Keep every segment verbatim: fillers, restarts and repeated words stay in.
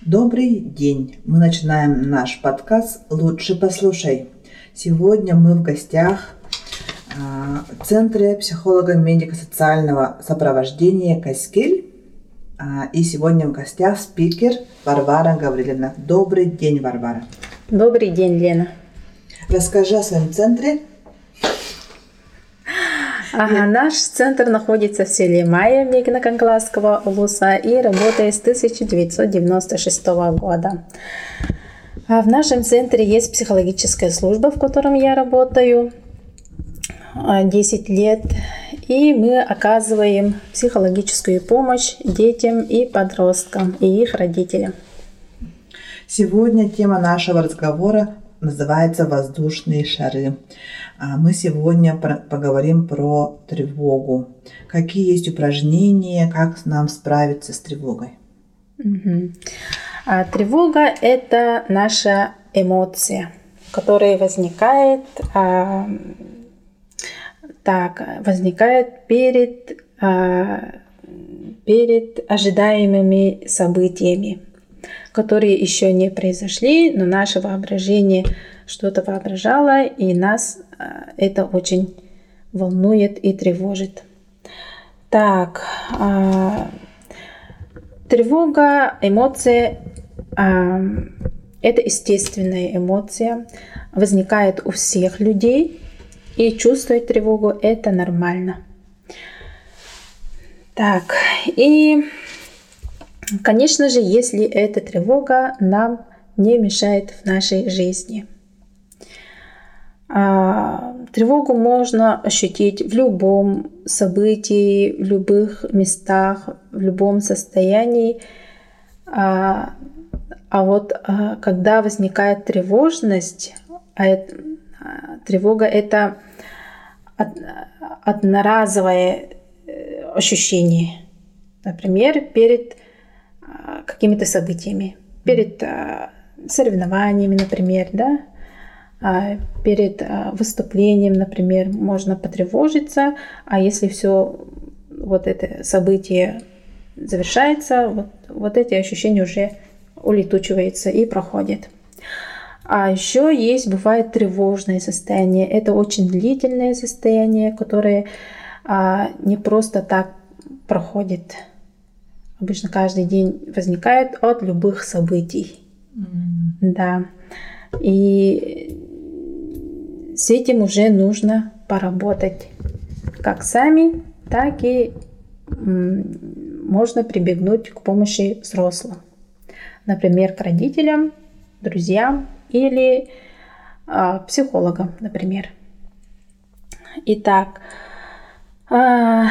Добрый день! Мы начинаем наш подкаст «Лучше послушай». Сегодня мы в гостях в Центре психолого-медико-социального сопровождения «Каскель». И сегодня в гостях спикер Варвара Гавриловна. Добрый день, Варвара. Добрый день, Лена. Расскажи о своем центре. Ага, наш центр находится в селе Майя Мегино-Конгласского улуса и работает с тысяча девятьсот девяносто шестого года. В нашем центре есть психологическая служба, в котором я работаю десять лет, и мы оказываем психологическую помощь детям и подросткам и их родителям. Сегодня тема нашего разговора называется «Воздушные шары». Мы сегодня поговорим про тревогу. Какие есть упражнения, как нам справиться с тревогой? Угу. А, тревога – это наша эмоция, которая возникает, а, так, возникает перед, а, перед ожидаемыми событиями, которые еще не произошли, но наше воображение что-то воображало, и нас это очень волнует и тревожит. Так, тревога, эмоция – это естественная эмоция, возникает у всех людей, и чувствовать тревогу – это нормально. Так, и, конечно же, если эта тревога нам не мешает в нашей жизни. А, тревогу можно ощутить в любом событии, в любых местах, в любом состоянии. А, а вот а, когда возникает тревожность, а это, а, тревога – это од, одноразовое ощущение, например, перед а, какими-то событиями, перед а, соревнованиями, например, да. Перед выступлением, например, можно потревожиться, а если все вот это событие завершается, вот, вот эти ощущения уже улетучиваются и проходят. А еще есть, бывает, тревожное состояние. Это очень длительное состояние, которое а, не просто так проходит. Обычно каждый день возникает от любых событий. Mm-hmm. Да. И с этим уже нужно поработать как сами, так и можно прибегнуть к помощи взрослых. Например, к родителям, друзьям или а, психологам, например. Итак, а...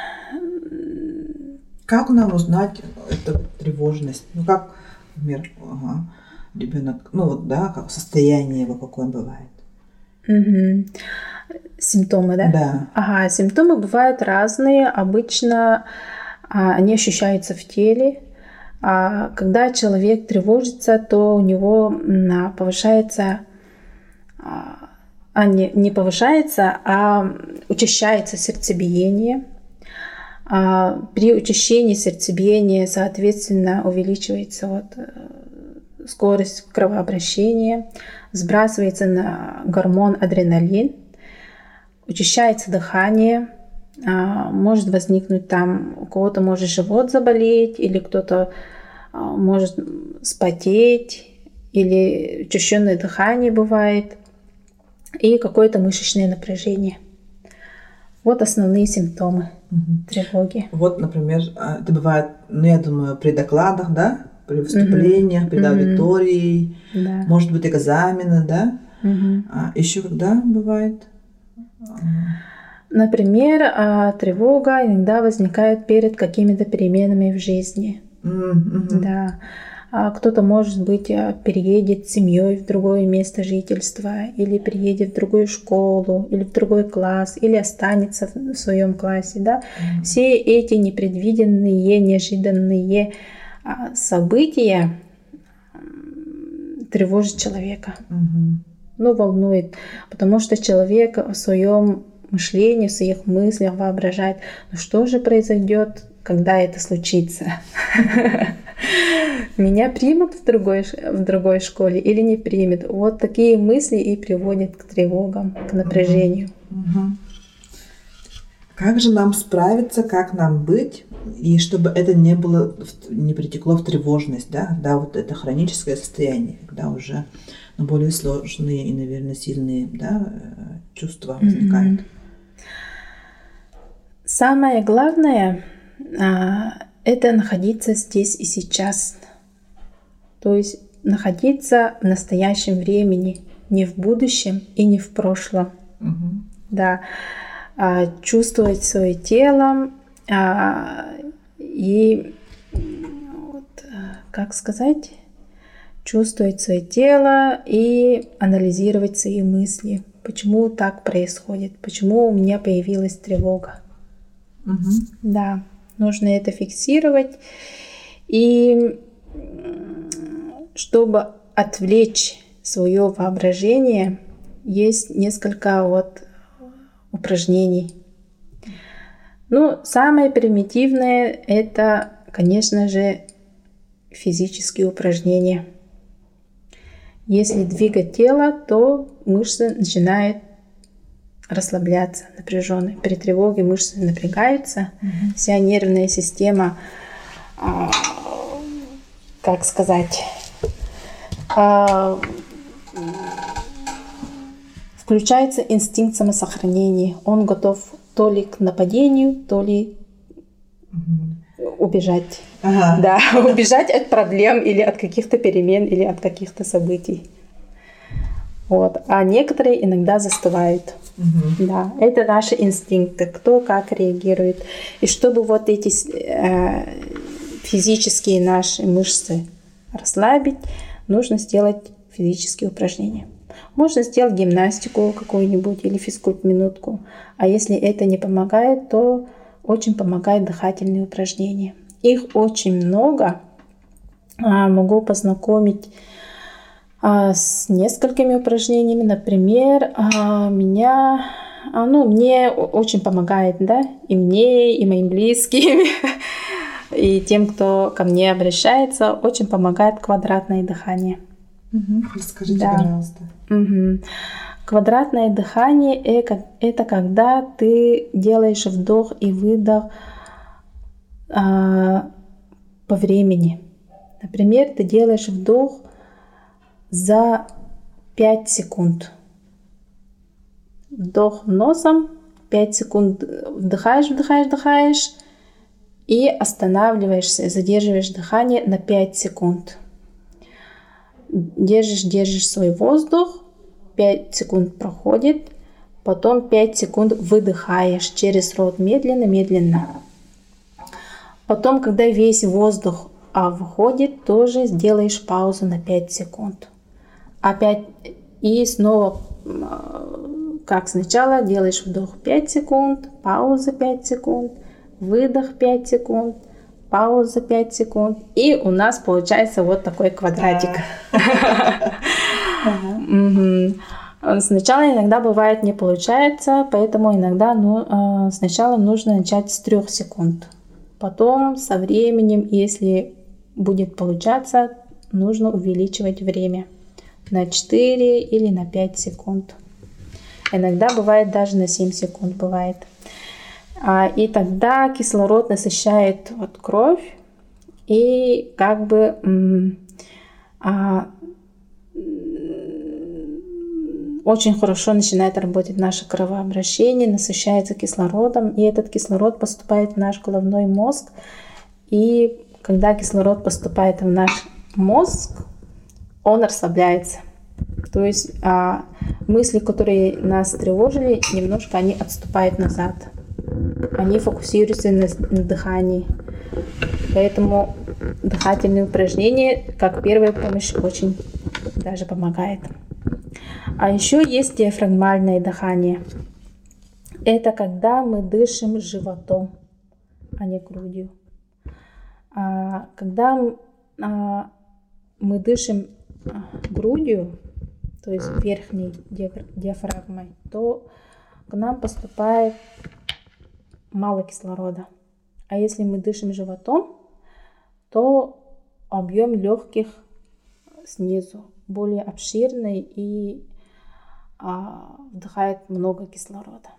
как нам узнать эту тревожность? Ну, как, например, ага, ребенок, ну вот, да, как состояние его какое бывает? Угу. Симптомы, да? Да. Ага, симптомы бывают разные. Обычно а, они ощущаются в теле. А, когда человек тревожится, то у него а, повышается, а, а не, не повышается, а учащается сердцебиение. А, при учащении сердцебиения, соответственно, увеличивается вот, скорость кровообращения, сбрасывается на гормон адреналин, учащается дыхание, может возникнуть там, у кого-то может живот заболеть, или кто-то может спотеть, или учащенное дыхание бывает, и какое-то мышечное напряжение. Вот основные симптомы угу. тревоги. Вот, например, это бывает, ну, я думаю, при докладах, да? При выступлениях, mm-hmm. перед аудиторией, да. Может быть, экзамены, да? Mm-hmm. А еще когда бывает? Например, тревога иногда возникает перед какими-то переменами в жизни. Mm-hmm. Да. Кто-то, может быть, переедет с семьей в другое место жительства, или переедет в другую школу, или в другой класс, или останется в своем классе. Да? Mm-hmm. Все эти непредвиденные, неожиданные события тревожит человека, угу. ну, волнует, потому что человек в своем мышлении, в своих мыслях воображает, ну что же произойдет, когда это случится. Меня примут в другой, в другой школе или не примут. Вот такие мысли и приводят к тревогам, к напряжению. Угу. Как же нам справиться, как нам быть, и чтобы это не было, не перетекло в тревожность, да, когда вот это хроническое состояние, когда уже ну, более сложные и, наверное, сильные, да, чувства возникают. Самое главное а, это находиться здесь и сейчас. То есть находиться в настоящем времени, не в будущем и не в прошлом. Угу. Да. А, чувствовать свое тело а, и, вот, как сказать, чувствовать свое тело и анализировать свои мысли. Почему так происходит? Почему у меня появилась тревога? Угу. Да, нужно это фиксировать. И чтобы отвлечь свое воображение, есть несколько вот упражнений. Ну, самое примитивное – это, конечно же, физические упражнения. Если двигать тело, то мышцы начинают расслабляться, напряженные. При тревоге мышцы напрягаются, mm-hmm. вся нервная система, а, как сказать, а, включается инстинкт самосохранения. Он готов то ли к нападению, то ли mm-hmm. убежать. Ага. Да, убежать от проблем или от каких-то перемен, или от каких-то событий. Вот. А некоторые иногда застывают. Угу. Да, это наши инстинкты, кто как реагирует. И чтобы вот эти э, физические наши мышцы расслабить, нужно сделать физические упражнения. Можно сделать гимнастику какую-нибудь или физкульт-минутку. А если это не помогает, то очень помогают дыхательные упражнения. Их очень много. А, могу познакомить а, с несколькими упражнениями. Например, а, меня, а, ну, мне очень помогает, да, и мне, и моим близким, и тем, кто ко мне обращается, очень помогает квадратное дыхание. Угу. Расскажите, да. пожалуйста. Угу. Квадратное дыхание – это когда ты делаешь вдох и выдох а, по времени. Например, ты делаешь вдох за пять секунд. Вдох носом, пять секунд вдыхаешь, вдыхаешь, вдыхаешь и останавливаешься, задерживаешь дыхание на пять секунд. Держишь, держишь свой воздух, пять секунд проходит, потом пять секунд выдыхаешь через рот медленно-медленно. Потом, когда весь воздух а, выходит, тоже сделаешь паузу на пять секунд. Опять и снова, как сначала, делаешь вдох пять секунд, пауза пять секунд, выдох пять секунд, пауза пять секунд. И у нас получается вот такой квадратик. Сначала иногда бывает не получается, поэтому иногда ну, сначала нужно начать с трех секунд. Потом со временем, если будет получаться, нужно увеличивать время на четыре или на пять секунд. Иногда бывает даже на семь секунд бывает. И тогда кислород насыщает вот кровь и как бы а, очень хорошо начинает работать наше кровообращение, насыщается кислородом, и этот кислород поступает в наш головной мозг. И когда кислород поступает в наш мозг, он расслабляется. То есть а, мысли, которые нас тревожили, немножко они отступают назад. Они фокусируются на, на дыхании. Поэтому дыхательные упражнения, как первая помощь, очень даже помогает. А еще есть диафрагмальное дыхание. Это когда мы дышим животом, а не грудью. А, когда а, мы дышим грудью, то есть верхней диафрагмой, то к нам поступает мало кислорода. А если мы дышим животом, то объем легких снизу более обширный и а, вдыхает много кислорода.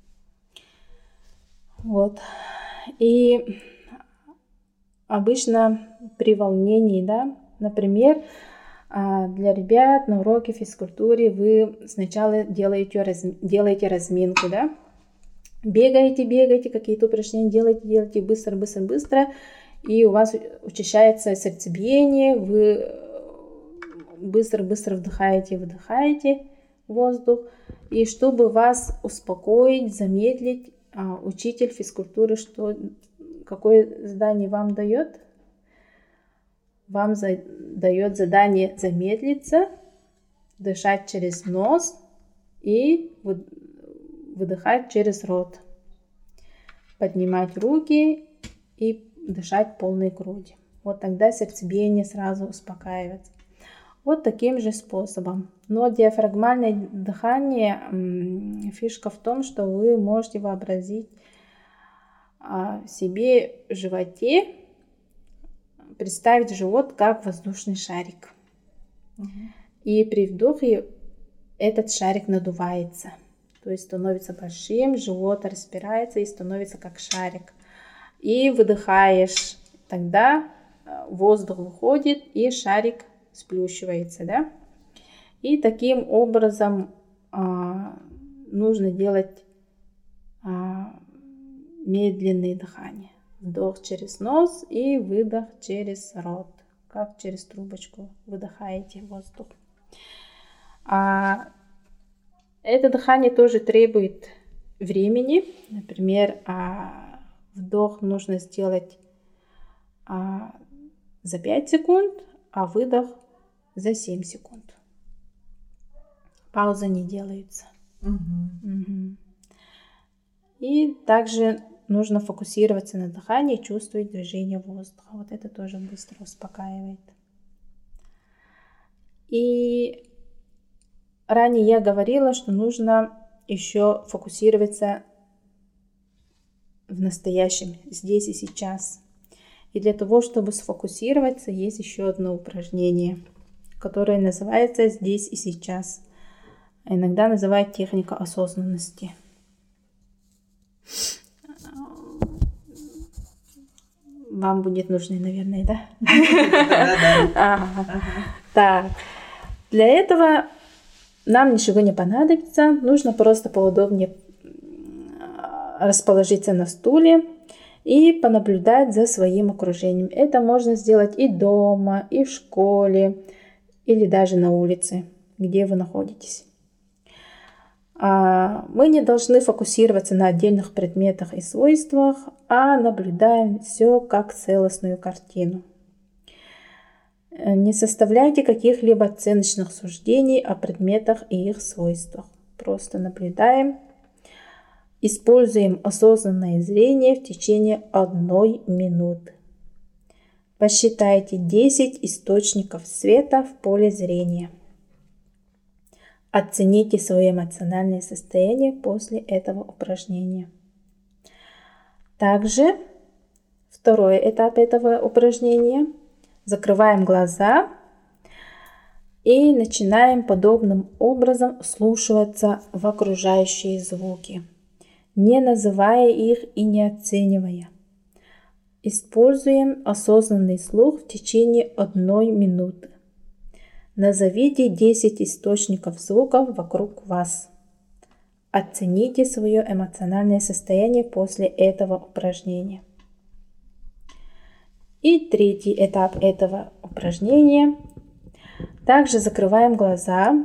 Вот. И обычно при волнении, да, например, для ребят на уроке физкультуры вы сначала делаете, раз, делаете разминку, да, бегаете, бегаете, какие-то упражнения делаете, делаете быстро, быстро, быстро, и у вас учащается сердцебиение, вы быстро, быстро вдыхаете, выдыхаете воздух, и чтобы вас успокоить, замедлить, учитель физкультуры что, какое задание вам дает? Вам за, дает задание замедлиться, дышать через нос и вы, выдыхать через рот. Поднимать руки и дышать полной грудью. Вот тогда сердцебиение сразу успокаивается. Вот таким же способом. Но диафрагмальное дыхание, фишка в том, что вы можете вообразить себе в животе, представить живот как воздушный шарик. Угу. И при вдохе этот шарик надувается. То есть становится большим, живот распирается и становится как шарик. И выдыхаешь, тогда воздух выходит и шарик сплющивается, да? И таким образом а, нужно делать а, медленные дыхания. Вдох через нос и выдох через рот, как через трубочку выдыхаете воздух. А это дыхание тоже требует времени. Например, а, вдох нужно сделать а, за пять секунд, а выдох за семь секунд. Паузы не делаются. Угу. Угу. И также нужно фокусироваться на дыхании и чувствовать движение воздуха. Вот это тоже быстро успокаивает. И ранее я говорила, что нужно еще фокусироваться в настоящем, здесь и сейчас. И для того, чтобы сфокусироваться, есть еще одно упражнение, которое называется «Здесь и сейчас». Иногда называют техника осознанности. Вам будет нужны, наверное, да? Да, да. Так. Для этого нам ничего не понадобится. Нужно просто поудобнее расположиться на стуле и понаблюдать за своим окружением. Это можно сделать и дома, и в школе, или даже на улице, где вы находитесь. Мы не должны фокусироваться на отдельных предметах и свойствах, а наблюдаем все как целостную картину. Не составляйте каких-либо оценочных суждений о предметах и их свойствах. Просто наблюдаем. Используем осознанное зрение в течение одной минуты. Посчитайте десять источников света в поле зрения. Оцените свое эмоциональное состояние после этого упражнения. Также второй этап этого упражнения. Закрываем глаза и начинаем подобным образом вслушиваться в окружающие звуки, не называя их и не оценивая. Используем осознанный слух в течение одной минуты. Назовите десять источников звуков вокруг вас. Оцените свое эмоциональное состояние после этого упражнения. И третий этап этого упражнения. Также закрываем глаза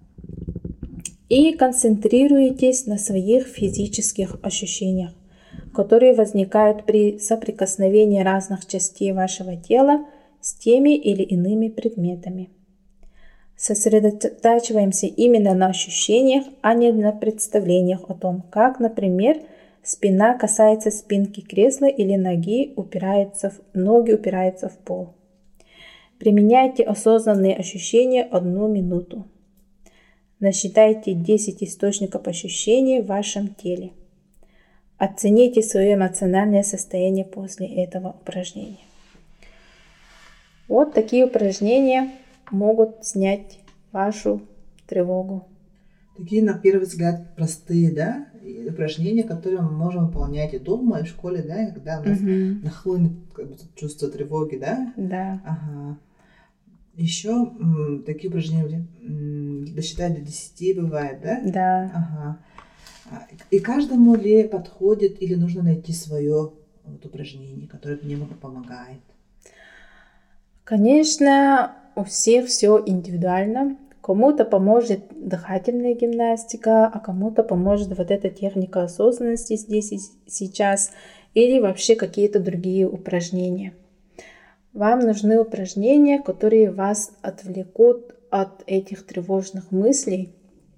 и концентрируйтесь на своих физических ощущениях, которые возникают при соприкосновении разных частей вашего тела с теми или иными предметами. Сосредотачиваемся именно на ощущениях, а не на представлениях о том, как, например, спина касается спинки кресла или ноги упираются в, ноги упираются в пол. Применяйте осознанные ощущения одну минуту. Насчитайте десять источников ощущений в вашем теле. Оцените свое эмоциональное состояние после этого упражнения. Вот такие упражнения могут снять вашу тревогу. Такие, на первый взгляд, простые, да, упражнения, которые мы можем выполнять и дома, и в школе, да, и когда у нас Мгм. нахлынет как бы, чувство тревоги, да. Да. Ага. Еще м, такие упражнения, м, досчитать до десяти бывает, да? Да. Ага. А, И каждому ли подходит или нужно найти свое вот, упражнение, которое мне помогает? Конечно, у всех все индивидуально. Кому-то поможет дыхательная гимнастика, а кому-то поможет вот эта техника осознанности здесь и с- сейчас, или вообще какие-то другие упражнения. Вам нужны упражнения, которые вас отвлекут от этих тревожных мыслей,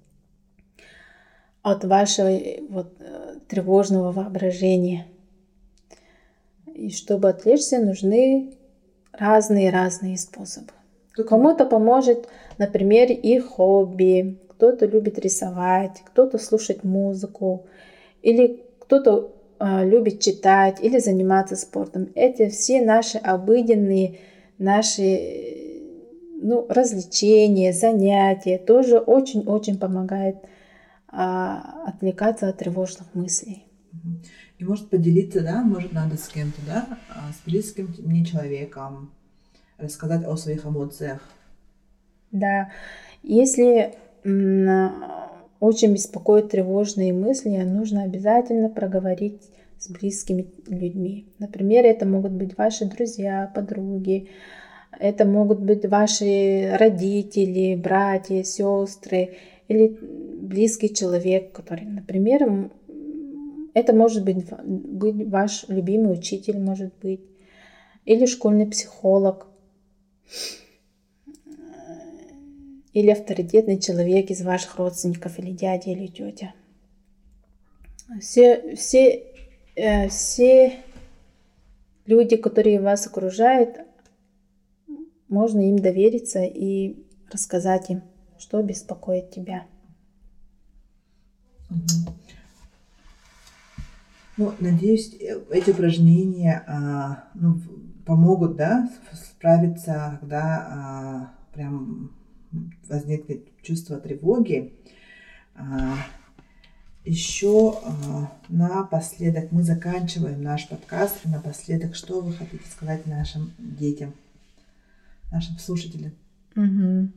от вашего э, вот, э, тревожного воображения. И чтобы отвлечься, нужны разные-разные способы. Кто-то Кому-то поможет, например, их хобби, кто-то любит рисовать, кто-то слушать музыку, или кто-то а, любит читать или заниматься спортом. Это все наши обыденные, наши э, ну, развлечения, занятия тоже очень-очень помогает а, отвлекаться от тревожных мыслей. Мгм. И может поделиться, да, может надо с кем-то, да, а, с близким мне человеком, рассказать о своих эмоциях. Да, если м, очень беспокоят тревожные мысли, нужно обязательно проговорить с близкими людьми. Например, это могут быть ваши друзья, подруги, это могут быть ваши родители, братья, сестры или близкий человек, который, например, м, это может быть, ва- быть ваш любимый учитель, может быть, или школьный психолог, или авторитетный человек из ваших родственников, или дядя, или тетя. Все, все, э, все люди, которые вас окружают, можно им довериться и рассказать им, что беспокоит тебя. Мгм. Ну, надеюсь, э, эти упражнения а, ну, в- помогут, да, с- справиться, когда а, прям возникнет чувство тревоги. А, еще а, напоследок мы заканчиваем наш подкаст. И напоследок, что вы хотите сказать нашим детям, нашим слушателям? Мгм.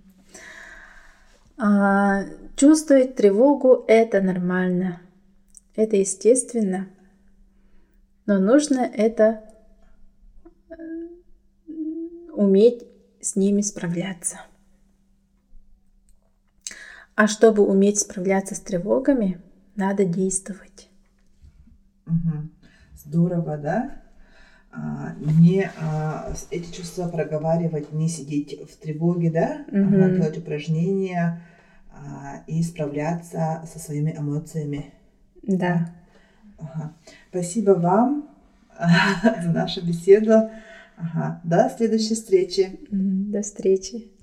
А, чувствовать тревогу – это нормально, это естественно, но нужно это э, уметь с ними справляться. А чтобы уметь справляться с тревогами, надо действовать. Мгм. Здорово, да? А, не а, с- эти чувства проговаривать, не сидеть в тревоге, да? Ага, Мгм. делать упражнения а, и справляться со своими эмоциями. Да. Ага. Спасибо вам за нашу беседу. Ага. До следующей встречи. Мгм. До встречи.